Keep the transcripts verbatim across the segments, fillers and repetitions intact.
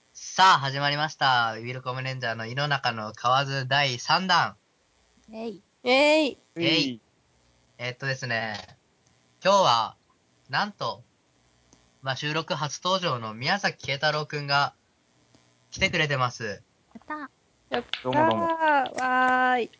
さあ、始まりました。ウィルコムレンジャーの井の中の蛙だいさんだん。 えい。 えい。 えい。えーっとですね、今日は、なんと、まあ、収録初登場の宮崎慶太郎くんが来てくれてます。 やった。 やったー。 どうもどうもわーい。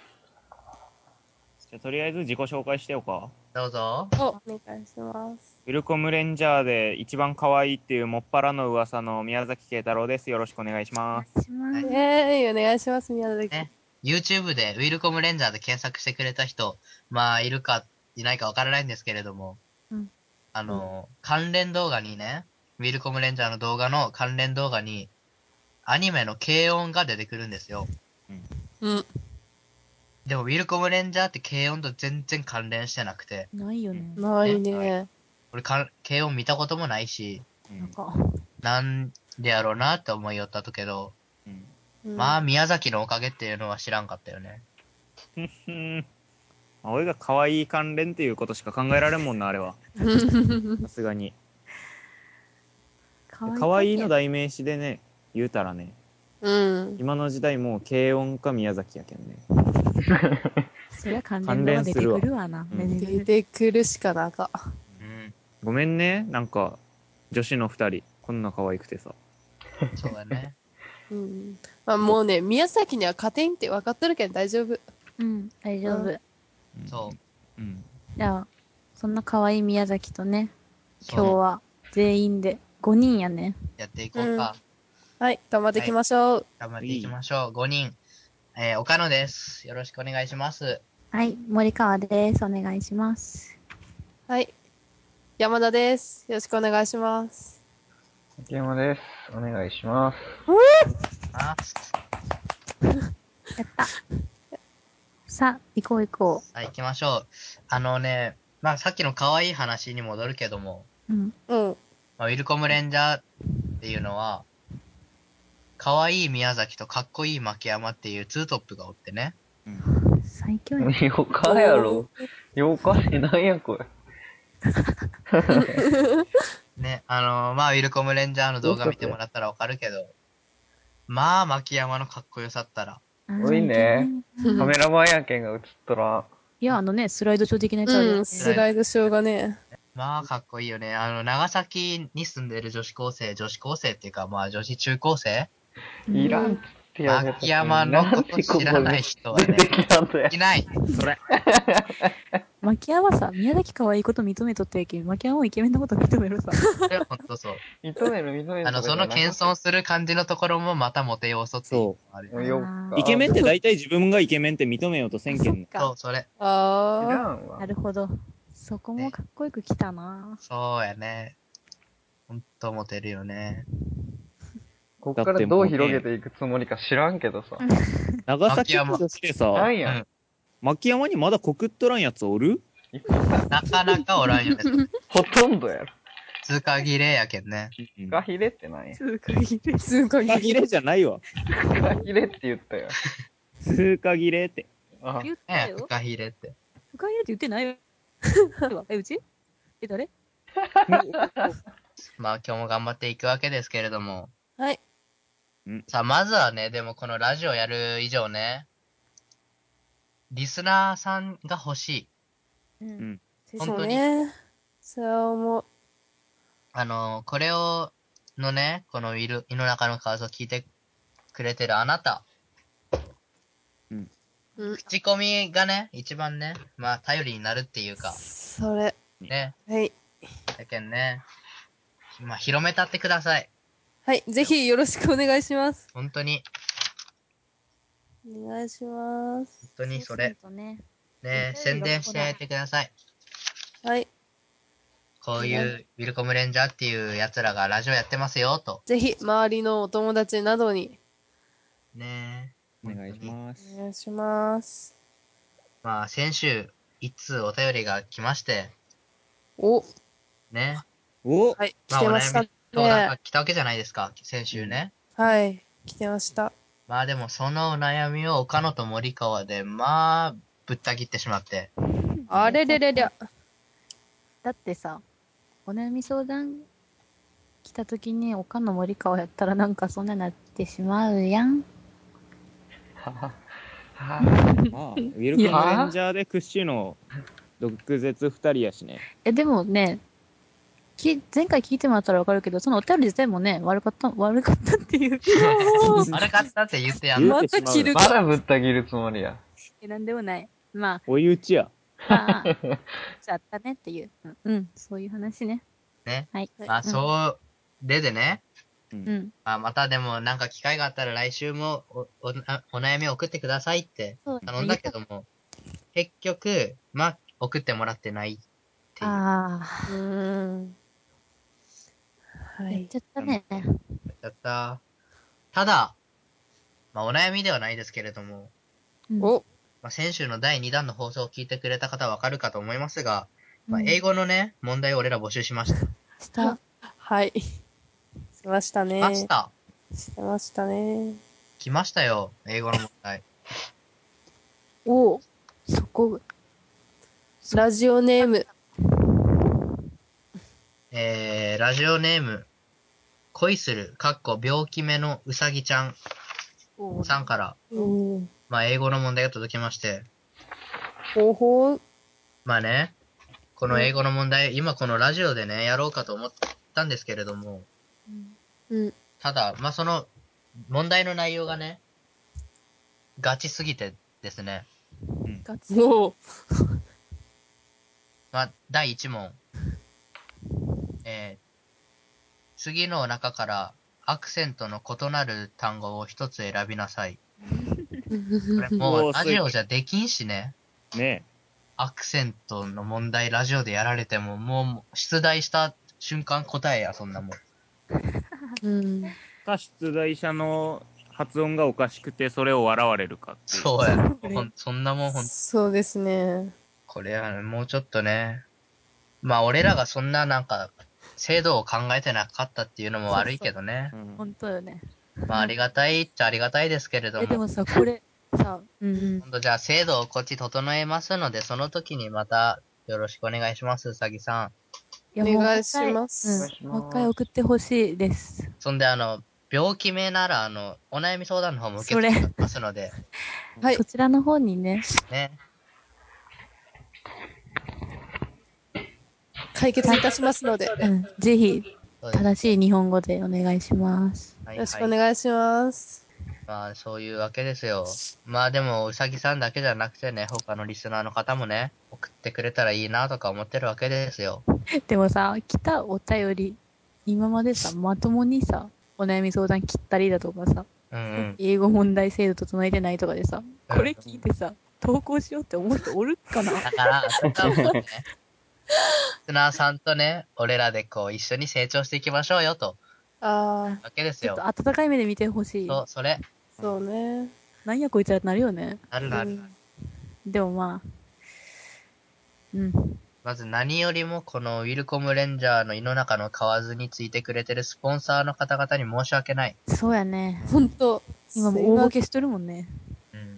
じゃあとりあえず自己紹介してようか。 どうぞ。 お、お願いします。 ウィルコムレンジャーで一番可愛いっていうもっぱらの噂の宮崎慶太郎です。よろしくお願いしお願ます。 いしますイ。ェーイ、お願いします、宮崎。 ね、YouTube でウィルコムレンジャーで検索してくれた人、まあ、いるか、いないかわからないんですけれども、 うんあの、関連動画にね、ウィルコムレンジャーの動画の関連動画に、アニメの軽音が出てくるんですよ。 うん。 でも、ウィルコムレンジャーって軽音と全然関連してなくて、 ないよね。 ないねね。 俺か、軽音見たこともないし、 うんなんか、 なんでやろうなって思いよったとけど、 うんうんまあ、宮崎のおかげっていうのは知らんかったよね。 ふんまあ俺が可愛い関連っていうことしか考えられんもんな、あれは。さすがに。 かわい可愛いのだ。 代名詞でね、言うたらね、 うん。 今の時代もう軽音か宮崎やけんね。 そりゃ関連動画出てくるわな。 関連するわ出てくるしかなか。 うん。 ごめんね、なんか、女子の二人、こんな可愛くてさ。 そうだね。 うん。まあもうね、宮崎には勝てんって分かってるけん大丈夫。 うん、大丈夫。 うんそう。 うん。 じゃあ、そんな可愛い宮崎とね、 そう今日は全員でごにんやね。 やっていこうか。 はい、頑張っていきましょう。 頑張っていきましょう。ごにん。えー、岡野です。よろしくお願いします。 はい、森川です。お願いします。 はい。山田です。よろしくお願いします。 竹山です。お願いします。 あやった。さあ、行こう行こさあ、行きましょう。あのね、まあ、さっきの可愛い話に戻るけども、 う。うん。 うん。 まあ、ウィルコムレンジャーっていうのは、可愛い宮崎とかっこいい牧山っていうツートップがおってね。 最強や。 よかやろ。よかってなんやこれ。 ね、あのーまあ、ウィルコムレンジャーの動画見てもらったらわかるけど、まあ、牧山のかっこよさったら、 あー多いね。 うんカメラマンやけんが映っとらん。 いや、あのね、スライドショー的なやつあるよね。 うん、スライドショーがね。 まあ、かっこいいよね。あの、長崎に住んでる女子高生、女子高生っていうか、まあ、女子中高生うんいらんってやめた牧山のこと知らない人はね出てきたんだよい。ない。 それ。 牧山はさ、宮崎可愛いこと認めとってやけん、牧山もイケメンのこと認めるさ。 それはほんとそう。 認める認めるあの、その謙遜する感じのところもまたモテ要素っていうのもあるよね。 もうよあかイケメンって大体自分がイケメンって認めようとせんけん。 かそう、それ。 いあらんわな。るほど。そこもかっこよく来たな。 そうやね。ほんとモテるよね。 こっからどう広げていくつもりか知らんけどさ。 長崎の女子でさ、 なんや。 うん。 牧山にまだ告っとらんやつおる？ いっぱいなかなかおらんよね。 ほとんどやろ。 通過儀礼やけんね。 うんフカヒレってなんや。 通過切れ。 すごい。 通過儀礼じゃないわ。 フカヒレって言ったよ。 通過儀礼って。 あ、 言ったね、 よフ。カヒレって。 深入れって言ってないよ。え、うちえ、誰まあ今日も頑張っていくわけですけれども。 はい。 さあ、まずはね、でもこのラジオやる以上ね、リスナーさんが欲しい。 うん。 そう本当にね。そう思う。 あの、これを、のね、このウィル、胃の中のカードを聞いてくれてるあなた。 うん。 口コミがね、一番ね、まあ頼りになるっていうか、 それ。 ね。 はい。 だけんね、まあ広めたってください。 はい。ぜひよろしくお願いします。 本当に、 お願いします。 本当にそれ。 そうするとね。 ね、宣伝してやってください。 はい。 こういうウィルコムレンジャーっていう奴らがラジオやってますよ、と。 ぜひ、周りのお友達などにねお願いしますお。願いします。 まあ先週、一通お便りが来まして、 お、 ね。 おはい。来まあお悩てましたみ相談がね。 来たわけじゃないですか、先週ね。 はい。来てました。 まあでもそのお悩みを岡野と森川で、まあ、 ぶった切ってしまって。 あれれれれ。 だってさ、お悩み相談来た時に岡野森川やったらなんかそんななってしまうやん。 はははまあ、ウィルコムレンジャーで屈指の毒舌二人やしね。 え、でもね、き前回聞いてもらったらわかるけど、そのお便り自体もね、悪かった、悪かったっていう。 悪かったって言ってやんの。 言うてしまうなまた切るまだぶった切るつもりや。 え、なんでもない。まあ、 追い打ちや。 まあ、じゃったねっていう。うん、うん、そういう話ね。 ね。 はい。 まあ、そう、ででね。 う。 うんん。 まあ、またでもなんか機会があったら来週もお、お、お悩みを送ってくださいってそう頼んだけども、結局、まあ、送ってもらってないっていう。 あうーん。 あ、 はいやっち。ゃったね。 やっちゃった。ただ、まあ、お悩みではないですけれども、 うん、 お、 まあ、先週のだいにだんの放送を聞いてくれた方はわかるかと思いますが、まあ、 うん英語のね、問題を俺ら募集しました。 した。 はい。しましたね。 来まし。た。 してましたね。 来ましたよ、英語の問題。 おう、そこ、 ラジオネーム。 えー、ラジオネーム、恋する、かっこ病気目のうさぎちゃんおうさんから、 おーまあ、英語の問題が届きまして、 ほうほう。 まあね、この英語の問題、今このラジオでね、やろうかと思ったんですけれども、 うん。 ただ、まあ、その、問題の内容がね、ガチすぎてですね、 ガチ。 おーまあ、だいいち問。えー、次の中からアクセントの異なる単語を一つ選びなさい。これもう多すぎラジオじゃできんしね。 ねアクセントの問題ラジオでやられても、もう出題した瞬間答えや、そんなもん。 うん。 え。か、出題者の発音がおかしくて、それを笑われるかっていう。 そうや。ほんそんなもんほん、 そうですね。ここれはもうちょっとね。まあ俺らがそんななんか、制度を考えてなかったっていうのも悪いけどね。 うんほんとよね。 まあありがたいっちゃありがたいですけれどえ、でも。 もさ、これ、さ、うんうん。 今度じゃあ制度をこっち整えますので、その時にまたよろしくお願いします、うさぎさん。 いや、もうお願いしますもう一回うん。もう一回送ってほしいです。 そんであの、病気名ならあの、お悩み相談の方も受け付けてますので、 はいそ。ちらの方にね、 ね。 解決いたしますので。ようん、ぜひ、 そうです正しい日本語でお願いします。 はいろしくおはい。 願いします。 まあ、そういうわけですよ。まあでも、うさぎさんだけじゃなくてね、他のリスナーの方もね、送ってくれたらいいなとか思ってるわけですよ。 でもさ、来たお便り、今までさ、まともにさ、お悩み相談切ったりだとかさ、 うんうん。 英語問題制度整えてないとかでさ、 うんこれ聞いてさ、投稿しようって思う人おるかなだから、それはもうね、リスナーさんとね、俺らでこう、一緒に成長していきましょうよと、 あわけですよ。 ちょっと温かい目で見てほしい。 そう、それ、 あ、そうね。 なんやこいつらってなるよね。 なるなる。 うんでもまあ、うん。 まず何よりもこのウィルコムレンジャーの胃の中の蛙についてくれてるスポンサーの方々に申し訳ない。 そうやね。 ほんと。 今もう大ボケしとるもんね。 うん。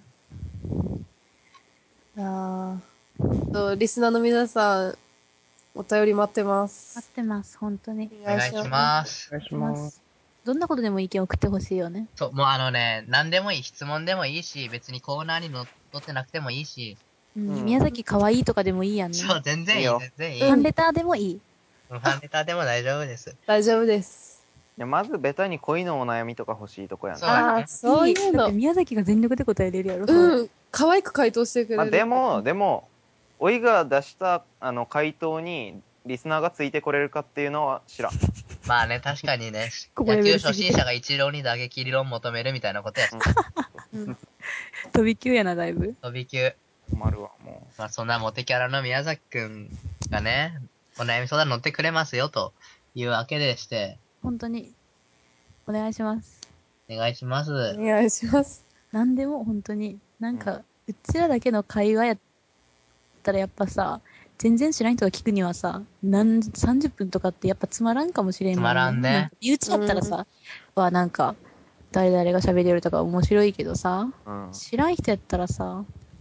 ああ。と、リスナーの皆さん、お便り待ってます。 待ってます、本当に。 お願いします。 お願いします。 どんなことでも意見送ってほしいよね。 そう、もうあのね、何でもいい、質問でもいいし、別にコーナーに載ってなくてもいいし、 うんうん宮崎可愛いとかでもいいやんね。 そう、全然いい、 いいよ全然いい。 うんファンレターでもいい。 ファンレターでも大丈夫です。 大丈夫です。 いやまずベタに恋のお悩みとか欲しいとこやな。 そうやねああ、そういうのだって。宮崎が全力で答えれるやろ。それうん。可愛く回答してくれる。 まあ、でも、でも、おいが出したあの回答にリスナーがついてこれるかっていうのは知らん。 まあね、確かにね、 ここレ野球ベルすぎて初心者が一郎に打撃理論求めるみたいなことやし、 飛び級やな、だいぶ。 飛び級。 困るわ、もまあそんなモテキャラの宮崎くんがね、お悩み相談乗ってくれますよというわけでして、 本当に。お願いします。 お願いします。 お願いします。 なんでも本当に。なんか、うちらだけの会話やったらやっぱさ、全然知らん人が聞くにはさ、なんさんじゅっぷんとかってやっぱつまらんかもしれんもんつまらんねなんか身内やったらさ、はなんか、誰々が喋れるとか面白いけどさ、 う。うん。 知らん人やったらさ、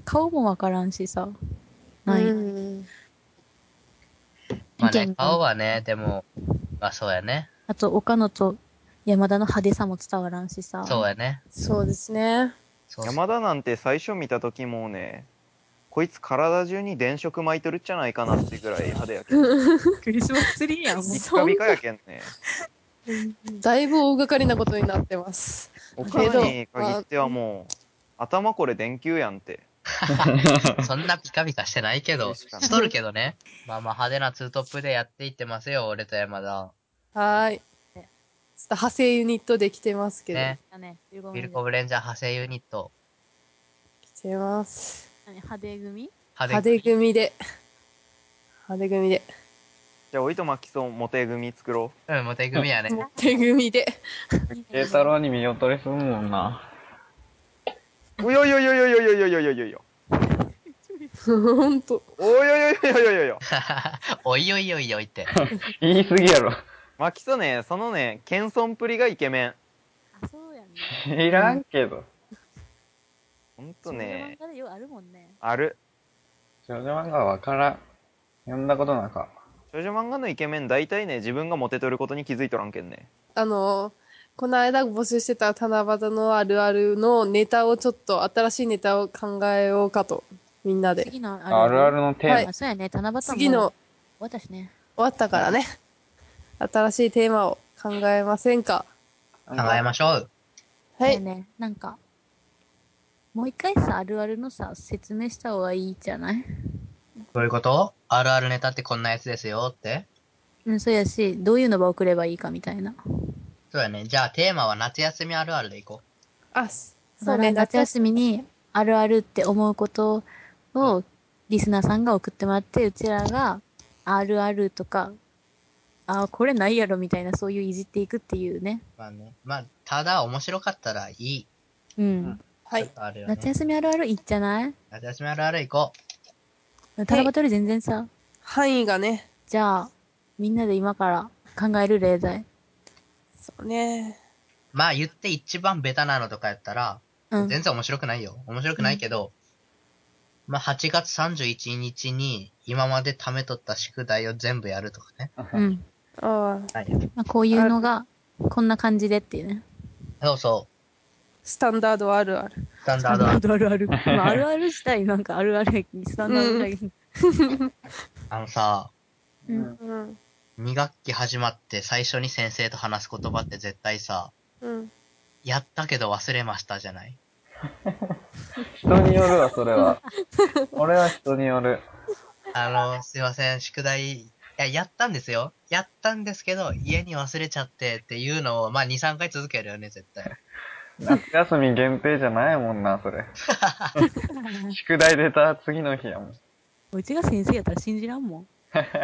顔もわからんしさ。ない。 うん。 まあね意見、が顔はね、でも、まあそうやね。 あと、岡野と山田の派手さも伝わらんしさ。 そうやね。 そうですね。 そうそう山田なんて最初見た時もうね、こいつ体中に電飾巻いとるっちゃないかなってぐらい派手やけん。 クリスマスツリーやん、もうビッカビカやけんね。 だいぶ大掛かりなことになってます。 岡野に限ってはもう、頭これ電球やんって。 そんなピカピカしてないけど、 嬉しかったしとるけどね。まあまあ派手なツートップでやっていってますよ、俺と山田。 はーい。ちょっと派生ユニットで来てますけど。 ね。 だね。ビルビルコブレンジャー派生ユニット。 来てます。 派手組派手組で。派手組で。 じゃあ、おいとまきそうモテ組作ろうん、モテ組やね。 モテ組で。 慶太郎に見劣りするもんな。 う。おいおいおいおいおいおいおいおいおいおいおいおい。 ほんと。 おいおいおいおいおいおいおい。 おいおいおいおいって。 言い過ぎやろ。 マキソね、そのね、謙遜っぷりがイケメン。 あ、そうやね。 知らんけど。 ほんとね少女漫、画でようあるもんね。 ある。 少女漫画はわからん。読んだことなんか。 少女漫画のイケメン大体ね、自分がモテとることに気づいとらんけんね。 あの、この間募集してた七夕のあるあるのネタをちょっと新しいネタを考えようかと。みんなで。終次のあるあるあるのテーマ。 はいあ、そうやね。七夕も次の私ね。 わったからね。新しいテーマを考えませんか。 考えましょう。 はい。 そうやね。なんか、もう一回さ、あるあるのさ、説明した方がいいじゃない？ どういうこと？あるあるネタってこんなやつですよって？ うん、そうやし、どういうのば送ればいいかみたいな。 そうやね。じゃあテーマは夏休みあるあるでいこあ、 だそうね。 から夏休みにあるあるって思うことをリスナーさんが送ってもらって、うちらがあるあるとか、あ、これないやろみたいな、そういういじっていくっていうね。 う。まあね。まあ、ただ面白かったらいい。 うん。 はい。 あるよ夏ね。 休みあるあるいいんじゃない？ 夏休みあるあるいこ七夕より全然さ。 範囲がね。 じゃあ、みんなで今から考える例題。 そうね。 う。まあ言って一番ベタなのとかやったら、 うん。 全然面白くないよ。面白くないけど、まあはちがつさんじゅういちにちに今まで貯めとった宿題を全部やるとかね。 うん。 ああ、 はい。 まあ、こういうのが、こんな感じでっていうね。 そうそう。 スタンダードあるある。 スタンダード。 あるある。まあ、あるある自体なんかあるあるにスタンダードぐらい。 あのさ、 うん。 うん。 に学期始まって最初に先生と話す言葉って絶対さ、 うん。 やったけど忘れましたじゃない？ 人によるわ、それは。俺は人による。 あの、すいません、宿題、いや、やったんですよ。やったんですけど、家に忘れちゃってっていうのを、まあ、に、さんかい続けるよね、絶対。 夏休み限定じゃないもんな、それ。宿題出た次の日やもん。 うちが先生やったら信じらんもん。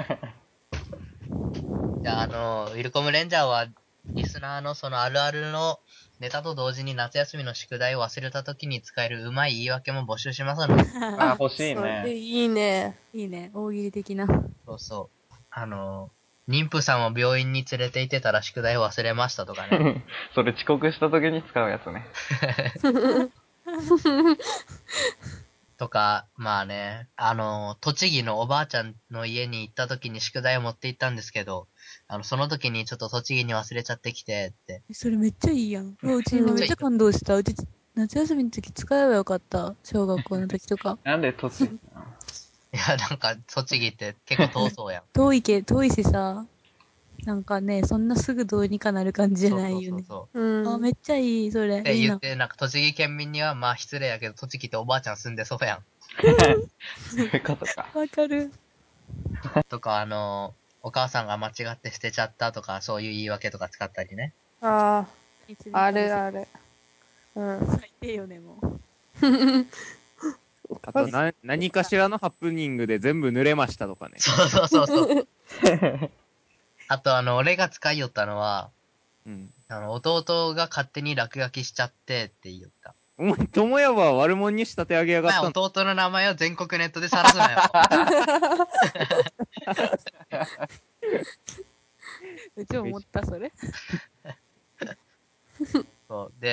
じゃあ、あの、ウィルコムレンジャーは、リスナーのそのあるあるのネタと同時に夏休みの宿題を忘れた時に使えるうまい言い訳も募集しますので。 あ、欲しいそれね。 いいね。 いいね。大喜利的な。 そうそう。あの、妊婦さんを病院に連れて行ってたら宿題を忘れましたとかね。 それ遅刻した時に使うやつね。 とか、まあね、あの、栃木のおばあちゃんの家に行った時に宿題を持って行ったんですけど、あの、その時にちょっと栃木に忘れちゃってきて、って。 それめっちゃいいやん。うち今めっちゃ感動した。うち夏休みの時使えばよかった。小学校の時とか。 なんで栃木いや、なんか、栃木って結構遠そうやん。 遠いけ、遠いしさ。なんかね、そんなすぐどうにかなる感じじゃないよね。 そうそうそううん。 あ、めっちゃいい、それ。 そう。っていいな。 言って、なんか栃木県民にはまあ失礼やけど、栃木っておばあちゃん住んでそうやん。 そういうことか。 わかる。 とか、あの、お母さんが間違って捨てちゃったとか、そういう言い訳とか使ったりね。 ああ、あるある。うん。 最低よね、もう。 あとな、何かしらのハプニングで全部濡れましたとかね。 そうそうそうそう。あと、あの、俺が使いよったのは、 うん。 あの、弟が勝手に落書きしちゃってって言いよった。 お前、友也は悪者に仕立て上げやがお前、 ったんだ。 弟の名前を全国ネットで晒すなよ。 うちも思った、それ。 そう。で、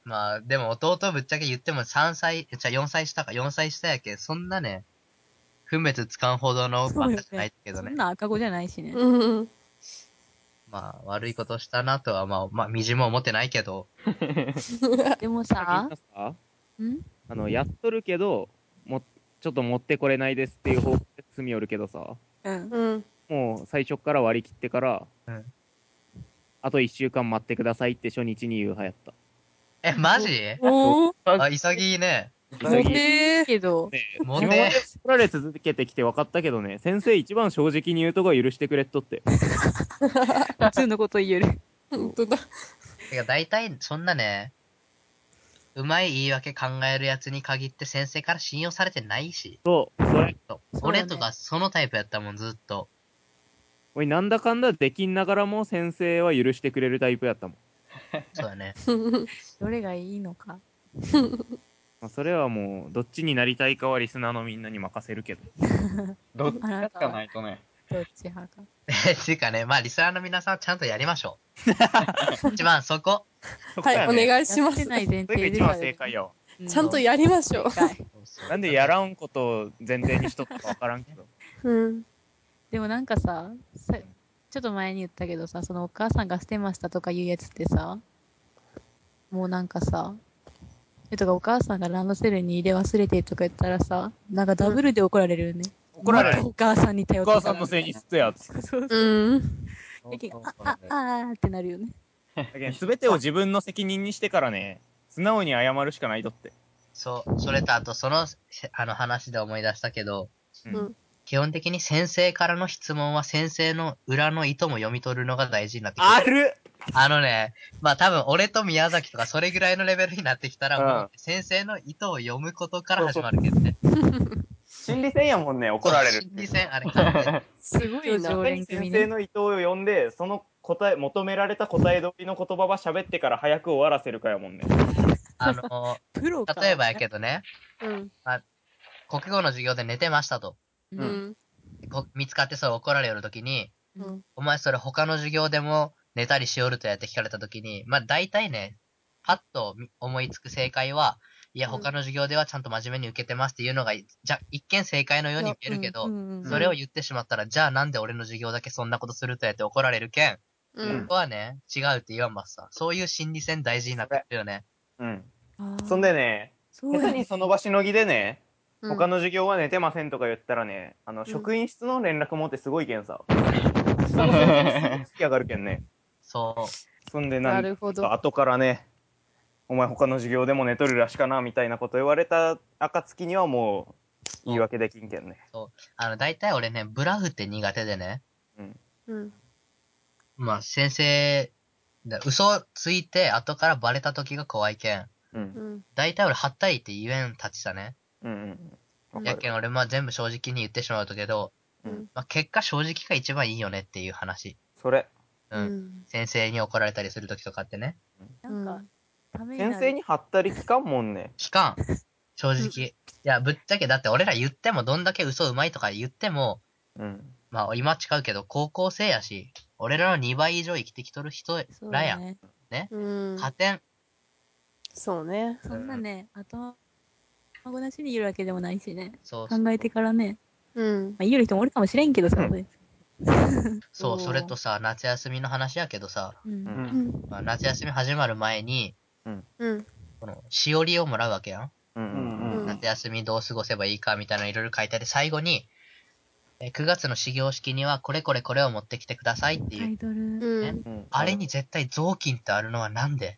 まあ、でも弟ぶっちゃけ言ってもさんさい、じゃあよんさい下か、よんさい下やけ、そんなね、分別つかんほどのバカじゃないけどね。 そんな赤子じゃないしね。 うん。 まあ、悪いことしたなとは、まあ、まあ、みじも思ってないけど、 でもみんさな、さ、 んあの、やっとるけど、も、ちょっと持ってこれないですっていう方で進みよるけどさ、 うん。 うん。 もう最初から割り切ってから、 うん。 あといっしゅうかん待ってくださいって初日に言う派やった。 え、マジおー。 あ、潔いね。 潔いえー。 けど、 ね。 モテ今まで怒られ続けてきて分かったけどね、先生一番正直に言うとこ許してくれっとって。 普通のこと言える。 本当だ。 てか、大体、そんなね、うまい言い訳考えるやつに限って先生から信用されてないし。 そう、それ。 そうそうね俺とかそのタイプやったもん、ずっと。 おい、なんだかんだできんながらも先生は許してくれるタイプやったもん。 そうだね。 どれがいいのか。 まあ、それはもう、どっちになりたいかはリスナーのみんなに任せるけど。 どっちかしかないとね。 どっち派か。 え、っていうかね、まあ、リスナーの皆さんはちゃんとやりましょう。一番そこ。 はい、おい。 願いしますやって。ない前それが提では一番正解よ。 ちゃんとやりましょう。 正解そうそうなんでやらんことを前提にしとったか分からんけど。 うん。 でもなんかさ、さちょっと前に言ったけどさ、そのお母さんが捨てましたとかいうやつってさ、もうなんかさ、えとかお母さんがランドセルに入れ忘れてとか言ったらさ、なんかダブルで怒られるよね。 怒られるまたお母さんに頼おって母さんのせいにすっとやつ。 そうそう。 うん。 やけんあ、あ、あーってなるよね。 すべてを自分の責任にしてからね、素直に謝るしかないとって。 そう。それとあと、その、あの話で思い出したけど、 うんうん基本的に先生からの質問は先生の裏の意図も読み取るのが大事になってくる。 あるあのね、まあ多分俺と宮崎とかそれぐらいのレベルになってきたら、 うんもう先生の意図を読むことから始まるけどね。 心理戦やもんね、怒られるって。 心理戦、あれ完全に。 すごい常連組ね。 先生の意図を読んで、その答え、求められた答え通りの言葉は喋ってから早く終わらせるかやもんね。 あの、 プロか。 例えばやけどね、 うん。 国語の授業で寝てましたと。 う。 うんん。 こ見つかってそれ怒られるときに、 うん。 お前それ他の授業でも寝たりしおるとやって聞かれたときに、まあ大体ね、パッと思いつく正解は、いやうん他の授業ではちゃんと真面目に受けてますっていうのが、じゃ、一見正解のように見えるけど、 うんうんうんそれを言ってしまったら、じゃあなんで俺の授業だけそんなことするとやって怒られるけん、 うんここはね、違うって言わんばっさ。そういう心理戦大事になってくるよね。 うん。 あーそんでね、 そうや下手にその場しのぎでね、 うん他の授業は寝てませんとか言ったらね、あの、職員室の連絡もってすごいけんさ。その先生上がるけんね。 そう。 そんでなんなるほど後からね、お前他の授業でも寝とるらしかな、みたいなこと言われた暁にはもう、言い訳できんけんね。 あの、大体俺ね、ブラフって苦手でね、 うん。 まあ先生、だ嘘ついて後からバレた時が怖いけん。 うん。 うん。 大体俺、はったりって言えん立ちさね。 うんうん。わかるやけん俺、まあ全部正直に言ってしまうとけど、 うんまあ結果正直が一番いいよねっていう話。 それ。 う。 うんん。 先生に怒られたりする時とかってね。 なんか、ために先なる。 生に貼ったり聞かんもんね。 聞かん。正直。いや、ぶっちゃけだって俺ら言ってもどんだけ嘘うまいとか言っても、 うん。 まあ今違うけど高校生やし、俺らのにばい以上生きてきとる人そうらやん。 ね。 うん。 加点。 そうね。 そんなね、頭ごなしに言うわけでもないしね。 そうそう考えてからね。 うん。 まあ、言える人もおるかもしれんけどさ、 うんそれそう、 おーそれとさ、夏休みの話やけどさ、 うん。 ううんん。 まあ、夏休み始まる前に、 うん。 この、しおりをもらうわけやん。 うんうんうん。 うん夏休みどう過ごせばいいかみたいなのいろいろ書いてあって、最後に、えくがつの始業式にはこれこれこれを持ってきてくださいっていう。 タイトル。 うん。 うんあれに絶対雑巾ってあるのはなんで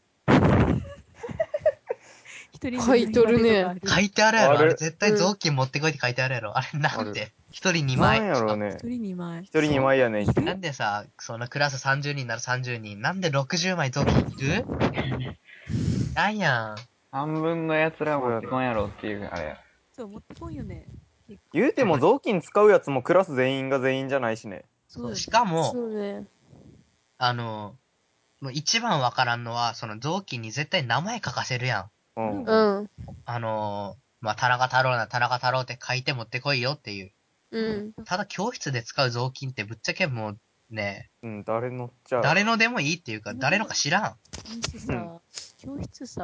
一人書いとるね書いてあるやろ。 あるあれ絶対雑巾持ってこいって書いてあるやろ。あれなんあで一人になんまい。 やろうね一。人にまい。 一人に枚やねん。 なんでさ、そのクラスさんじゅうにんならさんじゅうにん。なんでろくじゅうまい雑巾いるなんやん。 半分の奴ら持ってこんやろっていう、あれや。 そう、持ってこんよね。 言うても雑巾使うやつもクラス全員が全員じゃないしね。 そうよねしかも、 そうね。 あの、もう一番わからんのは、その雑巾に絶対名前書かせるやん。 うん。 うん。 あのー、まあ、田中太郎な田中太郎って書いて持ってこいよっていう。 うん。 ただ教室で使う雑巾ってぶっちゃけもうね、 うん、誰乗っちゃう。 誰のでもいいっていうか、誰のか知らん。 もしさ、教室さ、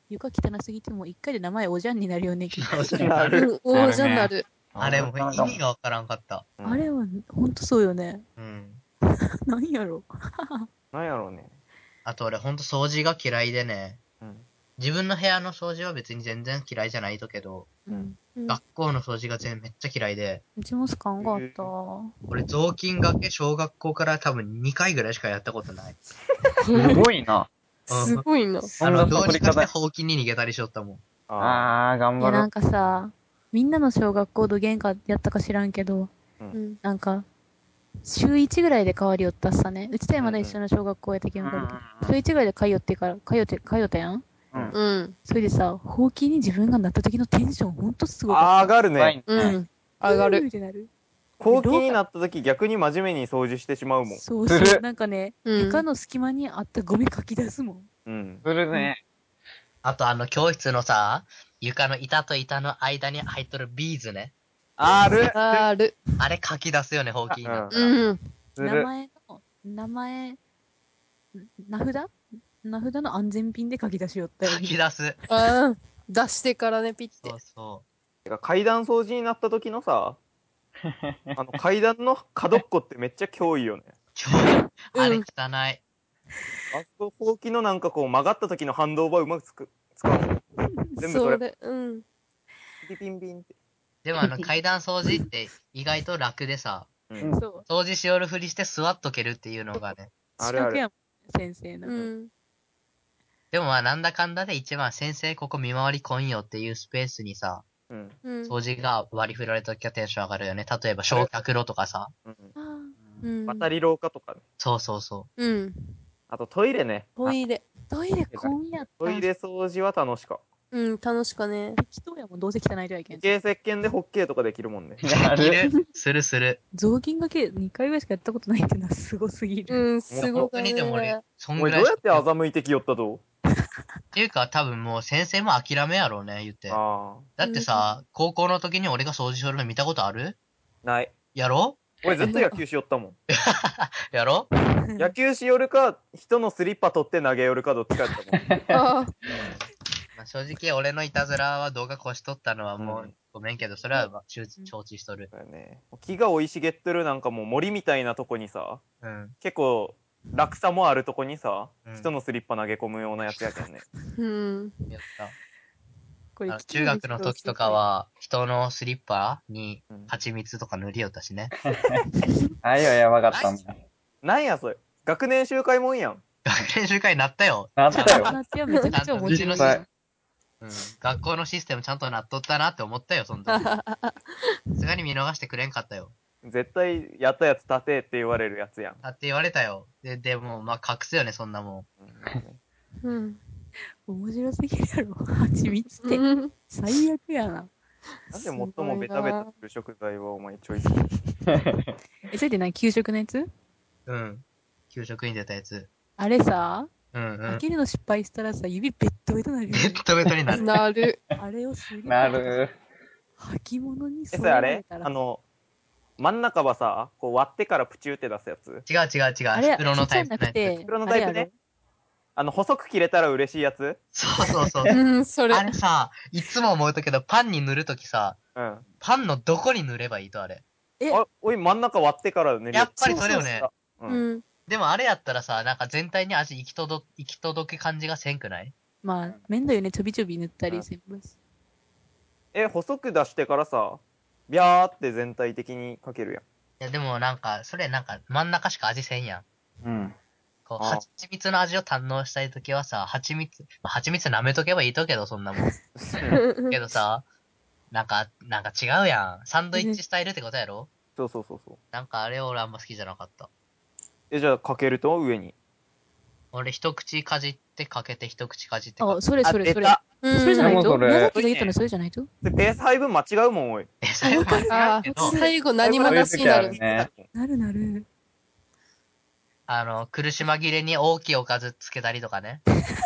床汚すぎても一回で名前おじゃんになるよね、きっと。 なうる。 ん、おーじゃんなる。 あれもう意味がわからんかった。 あれはほんとそうよね。 うん。 なんやろ。 なんやろうね。 あと俺ほんと掃除が嫌いでね、 うん。 自分の部屋の掃除は別に全然嫌いじゃないとけど、 うん。 うん学校の掃除が全めっちゃ嫌いで、 うちもスカンがあった。 俺雑巾がけ小学校から多分にかいぐらいしかやったことない。 すごいな。 すごいな。 あの、 そんなどうにかしてサボり方。 ほうきに逃げたりしよったもん。 ああー、頑いや、 張るなん。かさ、みんなの小学校どげんかやったか知らんけど、 うん。 なんか、週いちぐらいで変わりよったっさね。うちとはまだ一緒の小学校やったけんわかるけど、週いちぐらいで通ってから、通って、通ったやん。 うん。 うん。 それでさ、ほうきに自分がなった時のテンションほんとすごあ。 かった。 上がるね。 うん。上がうーる。 ってなる。 後期になった時逆に真面目に掃除してしまうもん。 そうそう。 するなんかね、 うん床の隙間にあったゴミかき出すもん。 うん。 するね。 あとあの教室のさ、床の板と板の間に入っとるビーズね。 ある。 ある。 あれ書き出すよね、ほうきになったら。 うん。 名する。 前の、名前、名札名札の安全ピンで書き出しよったよ書ね。 き出す。 あー出してからね、ピッてそう。そてか階段掃除になった時のさ、あの階段の角っこってめっちゃ脅威よね。 う。今日、あれうん汚い。 あそこほうきのなんかこう曲がった時の反動はうまくつく使うの。全部それ。 それ、うん。 ピピンピンって。 でもあの階段掃除って意外と楽でさ、 うん。 そう。 掃除しよるふりして座っとけるっていうのがね。 あるある。 近くやもん、先生の。 うん。 でもまあなんだかんだで一番先生ここ見回り来んよっていうスペースにさ、 うん。 うん。 掃除が割り振られた時はテンション上がるよね。例えば焼却炉とかさ。 うん。 あうん。 渡り廊下とかね。 そうそうそうん。 あとトイレね。 トイレ。 ートイレ今夜やった。 トイレ掃除は楽しか。 うん、楽しかね。 適当やもん、どうせ汚いとはいけん。 固形石鹸でホッケーとかできるもんね。 やう。いる。 る。するする。 雑巾がけにかいぐらいしかやったことないっていうのはすごすぎる。 うん、すご本当かにでも俺ね。、 そんぐらいしお前どうやって欺いてきよったとっていうか多分もう先生も諦めやろうね、言って。 あだってさ、高校の時に俺が掃除するの見たことあるあ。ない。 やろ俺ずっと野球しよったもん。 やろ野球しよるか、人のスリッパ取って投げよるかどっちかやったもん。 ああ、 まあ、正直俺のいたずらは動画越しとったのはもううんごめんけど、それは承知承知しとる。 だよね。木が生い茂ってるなんかもう森みたいなとこにさ、 うん。 結構落差もあるとこにさ、 うん人のスリッパ投げ込むようなやつやけんね。 うん。 やった。 これあの中学の時とか、は、人のスリッパにうん蜂蜜とか塗りよったしね。 あいよ、やばかったもん。 なんやそれ。学年集会もんやん。 学年集会になったよ。 なったよ。 なってはめちゃくちゃ面白い。 実際うん。学校のシステムちゃんとなっとったなって思ったよ、その時。さすがに見逃してくれんかったよ。 絶対やったやつ立てって言われるやつやん。 だって言われたよ。で、でも、まあ、隠すよね、そんなもん。 うん。 面白すぎるやろ。蜂蜜って。 うん。 最悪やな。 なんで最もベタベタする食材はお前チョイス。 え、それって何給食のやつうん。給食に出たやつ。 あれさ、 うんうん。 開けるの失敗したらさ、指ベッドベトなるよね。 ベッドベトになる。 なる。 あれをすげえ。 なる。 履物にえ、 添それあれえられたら。 あの、真ん中はさ、こう割ってからプチューって出すやつ違う違う違う。 あれ、 袋のタイプのちっちゃなくやつ。 て、 袋のタイプねあれやろ。 あの、細く切れたら嬉しいやつそうそうそう。 うん、それ。 あれさ、いつも思うとけど、パンに塗るときさ、 うん。 パンのどこに塗ればいいとあれ。 えあ、おい、真ん中割ってから練るやっぱりそれよね。 う。 うんん。 でもあれやったらさ、なんか全体に味行き届、行き届く感じがせんくないまあ、面倒よね、ちょびちょび塗ったうんり全部。 え、細く出してからさ、ビャーって全体的にかけるやん。 いやでもなんか、それなんか真ん中しか味せんやん。 うん。 こう、 あ蜂蜜の味を堪能したいときはさ、蜂蜜、まあ蜂蜜舐めとけばいいとけど、そんなもん。けどさ、なんか、なんか違うやん。サンドイッチスタイルってことやろそうそうそうそう。 なんかあれ俺あんま好きじゃなかった。 え、じゃあかけると上に。 俺一口かじってかけて一口かじってかあ、それそれそれ。 あ出たうん。 それじゃないとでもそれ宮崎が言ったのそれじゃないとで、ペース配分間違うもん、おい。 え、最後までやあるけど、 最後何もなしになるそういう時。ねなるなる。 あの、苦し紛れに大きいおかずつけたりとかね。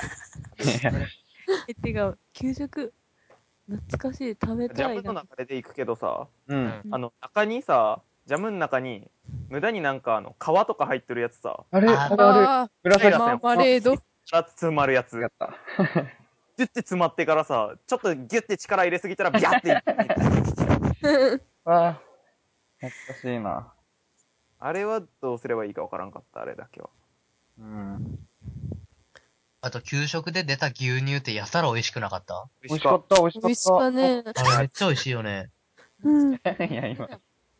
え、てか、給食、懐かしい、食べジたいな。 ャムの中でいくけどさ、 う。 うんん。 あの、中にさ、ジャムの中に、無駄になんかあの、皮とか入ってるやつさ、 あれああれあれああ、 紫紫マーマレード。 が包まるやつ。 やった。 ギュッて詰まってからさ、ちょっとギュッて力入れすぎたらビャッていって。 わあ、懐かしいな。 あれはどうすればいいかわからんかった、あれだけは。 うん。 あと、給食で出た牛乳ってやたら美味しくなかった？ 美味しかった、美味し美味しかっかね。 あれめっちゃ美味しいよね。 うん。 た。いや、今。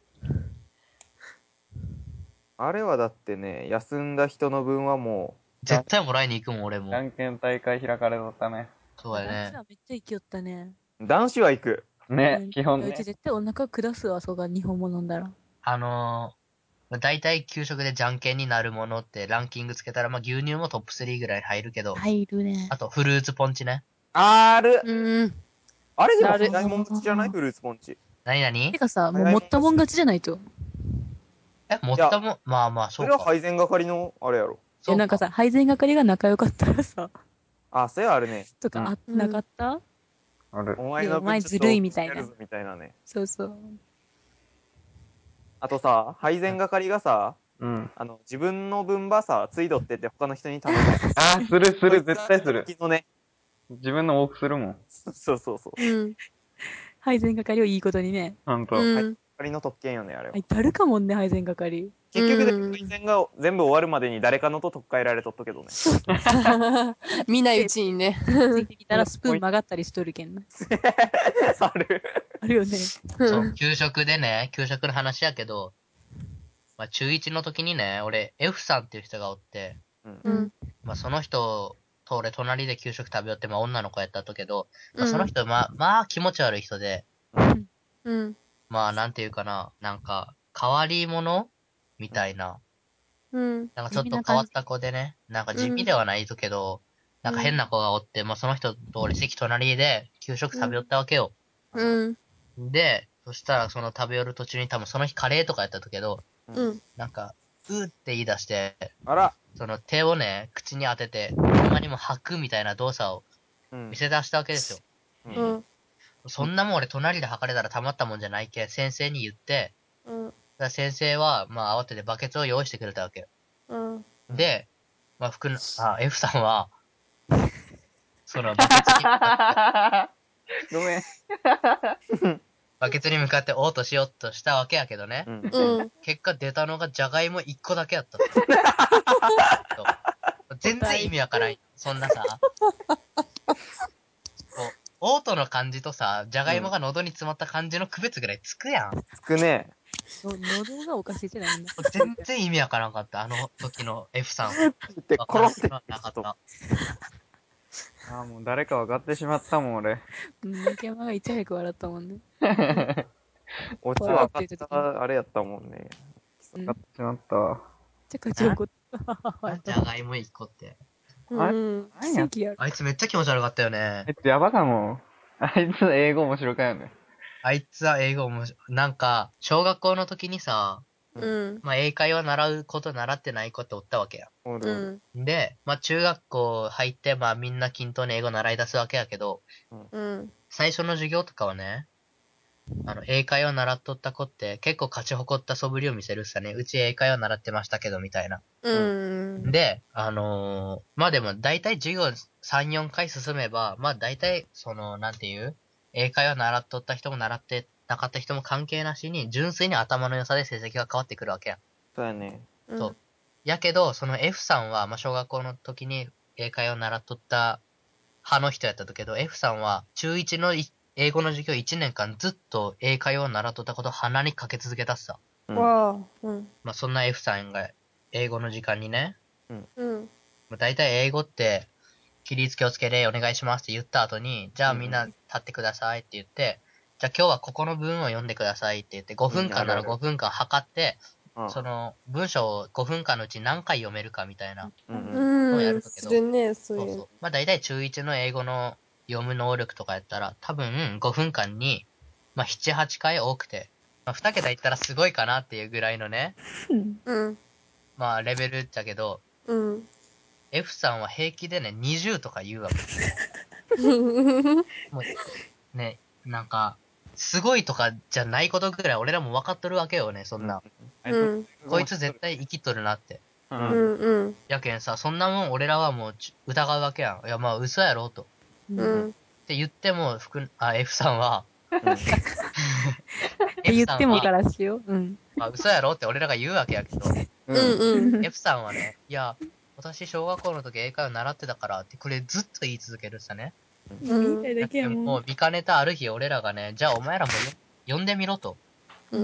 あれはだってね、休んだ人の分はも絶対もらいに行くもん、俺もじ。ゃんけん大会開かれとったね。 そうやね。 男子はめっちゃ生きよったね。 う、男子は行く。 ね、基本ねうち。絶対お腹下すわ、そうが日本も飲んだら。 あのー、だいたい給食でじゃんけんになるものってランキングつけたら、まあ、牛乳もトップスリーぐらい入るけど、 入るね。 あとフルーツポンチね。 ある。 うん。 あれでもなる早いもん勝ちじゃないフルーツポンチ。 なになにてかさ、もう早いもん持ったもん勝ちじゃないと。 え、持ったもん、まあまあ、そか。 そうれは配膳係のあれやろ。 そうえ、なんかさ、配膳係が仲良かったらさ、 あ、そうやあるね。 とかあ、 うんなかったある。 お前のでお前分ちょっとずるいみたいなやるぞみたいなね。 そうそう。 あとさ、配膳係がさ、 うん。 あの、自分の分ばさ、ついどってって他の人に頼む。 あー、するする、 こいつ絶対する昨。日のね。 自分の多くするもん。 そうそうそう。 うん。 配膳係をいいことにね。 ほんと。 うん。 係の特権よね、あれはあ。だるかもんね、配膳係。 結局で、 うん配膳が全部終わるまでに誰かのと取っ換えられとったけどね。 見ないうちにね。 ついてきたらスプーン曲がったりしとるけんな。 ある。 あるよね。 そう、給食でね、給食の話やけど、まあ、中いちの時にね、俺、F さんっていう人がおって、 うん。 うん。 まあ、その人と俺隣で給食食べよって、まあ、女の子やったとけど、まあ、 うんその人、まあ、まあ、気持ち悪い人で、 うん。 まあ、なんていうかな、なんか、変わり者みたいな、 うん。 なんかちょっと変わった子でね、なんか地味ではないとけど、なんか変な子がおって、まあ、その人と俺席隣で給食食べよったわけよ。 うん。 で、そしたらその食べよる途中に多分その日カレーとかやったとけど、 うん。 なんか、うーって言い出して、 あら。 その手をね、口に当てて、ほんまにも吐くみたいな動作をうん見。せ出したわけですよ。 うん。 そんなもん俺隣で吐かれたらたまったもんじゃないけん、先生に言って、 うん。 だから先生は、まあ慌ててバケツを用意してくれたわけよ。 うん。 で、まあ、福の、あ、F さんは、そのバケツに向かって、 ごめん。 バケツに向かって嘔吐しようとしたわけやけどね。 うん。 うん。 結果出たのがじゃがいもいっこだけやったの。そう全然意味わからん。そんなさ、こう、嘔吐の感じとさ、じゃがいもが喉に詰まった感じの区別ぐらいつくやん。 つくね。 の喉がおかしいじゃないんだ。 全然意味わからんかった、あの時の F さん。 で、 わからんコロってのはなかった。 あー、もう誰か分かってしまったもん、俺。 うん、竹山がいち早く笑ったもんね。 オチ分かった、あれやったもんね。 うん。 分かってしまったわ。 じゃあ、勝ち怒った。 じゃがいもいっこって。 あれうん。 何や奇跡やろ。 あいつめっちゃ気持ち悪かったよねあ。いつやばかもん。あいつ英語面白かよね。 あいつは英語面白い。なんか、小学校の時にさ、 うん。 まあ、英会話習うこと習ってない子っておったわけや。 おるおる。 うん。 で、まあ、中学校入って、まあ、みんな均等に英語習い出すわけやけど、 うん。 最初の授業とかはね、あの、英会話習っとった子って結構勝ち誇った素振りを見せるっさね。うち英会話習ってましたけど、みたいな。 うん。 で、あのーまあ、でも大体授業さん、よんかい進めば、まあ、大体、その、なんていう英会話習っとった人も習ってなかった人も関係なしに、純粋に頭の良さで成績が変わってくるわけやん。 そうやね。 そう。やけど、その F さんは、まあ、小学校の時に英会話を習っとった派の人やったけど、F さんは中いちのい英語の授業いちねんかんずっと英会話を習っとったことを鼻にかけ続けたっさ。 うん。 わあ。うん。 まあ、そんな F さんが英語の時間にね、 うん。 まあ、大体英語って、起立気をつけてお願いしますって言った後に、じゃあみんな立ってくださいって言って、じゃあ今日はここの文を読んでくださいって言って、ごふんかんならうんあるあるごふんかん測って、 うんその文章をごふんかんのうち何回読めるかみたいな。 うんうん。 うん。するね、そういうそうそう。まあ大体中いちの英語の読む能力とかやったら、多分ごふんかんに、まあなな、はちかい多くて、まあに桁いったらすごいかなっていうぐらいのね、 うん。 まあレベルっちゃけど、 うん。 F さんは平気でね、にじゅうとか言うわけ。もう、ね、なんか、すごいとかじゃないことぐらい俺らも分かっとるわけよね、そんな。 うん。 こいつ絶対生きとるなって。 う。 うんん。うん。 やけんさ、そんなもん俺らはもうち疑うわけやん。いやまあ嘘やろと。 うん。 って言っても、ふく、あ、F さんは、 って言ってもからしよう。うん。 まあ、嘘やろって俺らが言うわけやけど、 うんうん。 F さんはね、いや、私小学校の時英会話習ってたからってこれずっと言い続けるさね。 うん言いたいだけやもん。 もう見かねたある日俺らがね、じゃあお前らもよ呼んでみろと。 うん。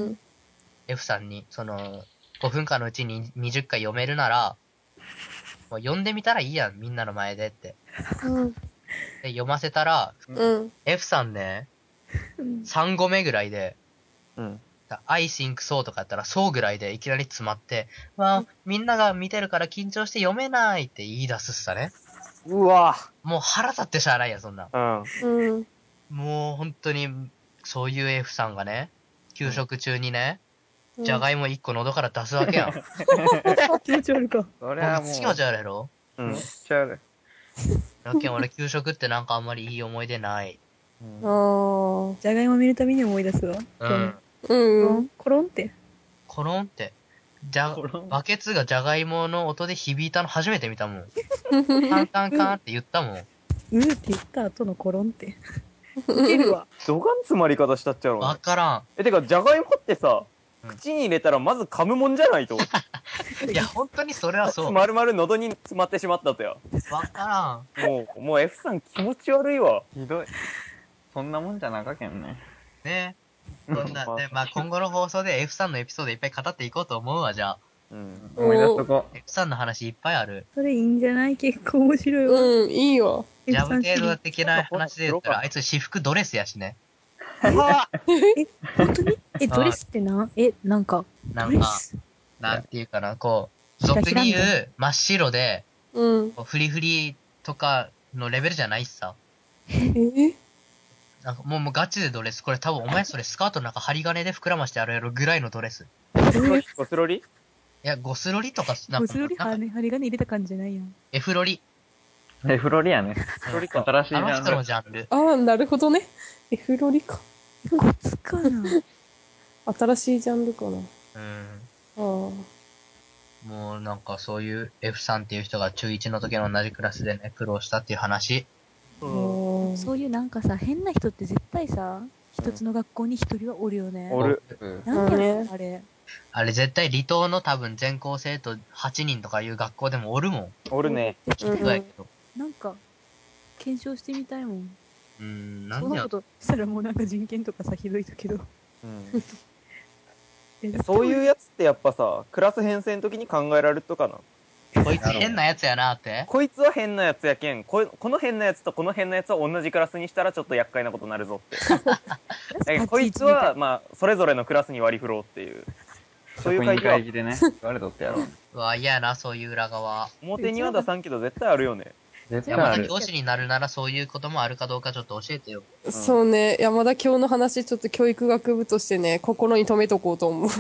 F さんに、その、ごふんかんのうちににじゅっかい読めるなら、もう読んでみたらいいやん、みんなの前でって。 うん。 で、読ませたら、 うん。 F さんね、さん語目ぐらいで、 うん。 I think so とかやったら、そうぐらいでいきなり詰まって、わあ、みんなが見てるから緊張して読めないって言い出すっさね。 うわもう腹立ってしゃあないやん、そんなん。 うん。 うん。 もう本当に、そういう F さんがね、給食中にね、じゃがいもいっこ喉から出すわけやん。 気持ち悪いか。 それはもう、 もう気持ち悪いやろうん。 めっちゃある。 だけん俺給食ってなんかあんまりいい思い出ない。 ああ。 じゃがいも見るたびに思い出すわ。 うん。 コうん。 ロン、コロンって。 コロンって。じゃコロン、 バケツがじゃがいもの音で響いたの初めて見たもん。カンカンカンって言ったもん。 うーって言った後のコロンって。ウケるわ。 どがん詰まり方したっちゃろうわね。 からん。 え、てか、じゃがいもってさ、 うん口に入れたらまず噛むもんじゃないと。 いや、本当にそれはそう。わ丸々喉に詰まってしまったとや。 からん。 もう、もう F さん気持ち悪いわ。 ひどい。そんなもんじゃなかけんね。 ね。そんな、ね、まあ今後の放送で F さんのエピソードいっぱい語っていこうと思うわ、じゃあ。 うん。 思い出しとこ F さんの話いっぱいある。 それいいんじゃない？結構面白いわ。 うん、いいよ。 ジャブ程度的。 的な話で言ったら、あいつ私服ドレスやしね。 え、本当にえ、ドレスってな、え、なんか、 なんか、 ドレスなんていうかな、こう、 キラ俗にキラみたいな言う真っ白で、 うん。 こうフリフリとかのレベルじゃないっさ。 えなんかもうもうガチでドレス。これ多分お前それスカートの中針金で膨らましてあるやろぐらいのドレス。 ゴスロリゴスロリいや、ゴスロリとか、なんか、 ゴスロリなんか針針金入れた感じじゃないやん。 エフロリ。 う。え、フロリやね。 フロリか。 新しいジあの人のャンル。 ジャンル。 ああ、なるほどね。エフロリか。 コツかな。 新しいジャンルかな。 うん。 あもうなんかそういう F さんっていう人が中いちの時の同じクラスでね、苦労したっていう話。 あ。うん。 そういうなんかさ、変な人って絶対さ、一つの学校に一人はおるよね。 おる。 うんなんやねろ、あれ。 あれ絶対離島の多分全校生徒はちにんとかいう学校でもおるもん。 おるね。 できてうんそうやけど。 なんか、検証してみたいもん。 うーん、なんでやそんなことしたらもうなんか人権とかさ、ひどいだけど。 うん。 えそういうやつってやっぱさ、クラス編成の時に考えられるとかな。 こいつ変なやつやなって。 こいつは変なやつやけん、ここの変なやつとこの変なやつは同じクラスにしたらちょっと厄介なことになるぞって。だけどこいつは、まあ、それぞれのクラスに割り振ろうっていう。そういう職員会議は会議でね、言われとってやろう。 うわ、嫌やな、そういう裏側。 表には出さんけど絶対あるよね。 絶対ある。 山田教師になるならそういうこともあるかどうかちょっと教えてよ。 そうね。山田今日の話、ちょっと教育学部としてね、心に留めとこうと思う。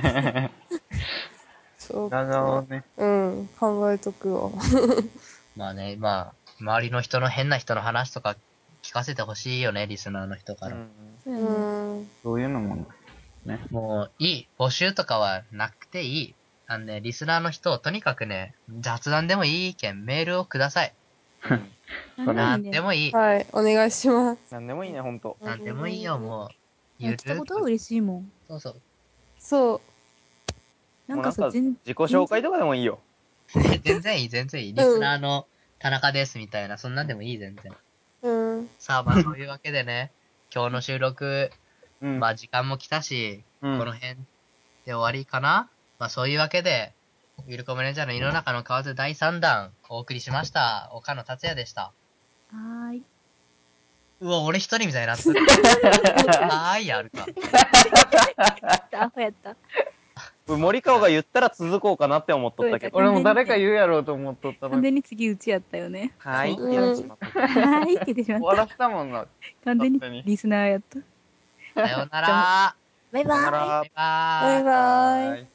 そう裏側をね。 うん。考えとくわ。 まあね、まあ、周りの人の変な人の話とか聞かせてほしいよね、リスナーの人から。 そうやうね。 ん。 そういうのもね。 もう、いい。募集とかはなくていい。あのね、リスナーの人、とにかくね、雑談でもいいけん、メールをください。 なんなんででもいい。 はい。お願いします。 なんでもいいね、ほんと。 なんでもいいよ、もう。ゆる来たことは嬉しいもん。 そうそう。 そう。 なんかさ、 もうなんか、 全自己紹介とかでもいいよ。 全然いい、全然いい。リスナーの田中ですみたいな、そんなんでもいい、全然。 うん。 さあ、まあそういうわけでね、今日の収録、 うん。 まあ時間も来たし、 うんこの辺で終わりかな。まあそういうわけで、ウィルコムレンジャーの井の中の蛙だいさんだんお送りしました。岡野達也でした。 はーい。 うわ、俺一人みたいになってる。はーい、あるか。 アホやった。 森川が言ったら続こうかなって思っとったけど。 俺も誰か言うやろうと思っとったのに。 完全に次うちやったよね。 はいってうんやってしまった。 はーいって言ってしまった。 終わらせたもんな。 完全に勝手にリスナーやった。 さようなら。 バイバーイ。 さよならバイバーイ。 バイバーイ。 はい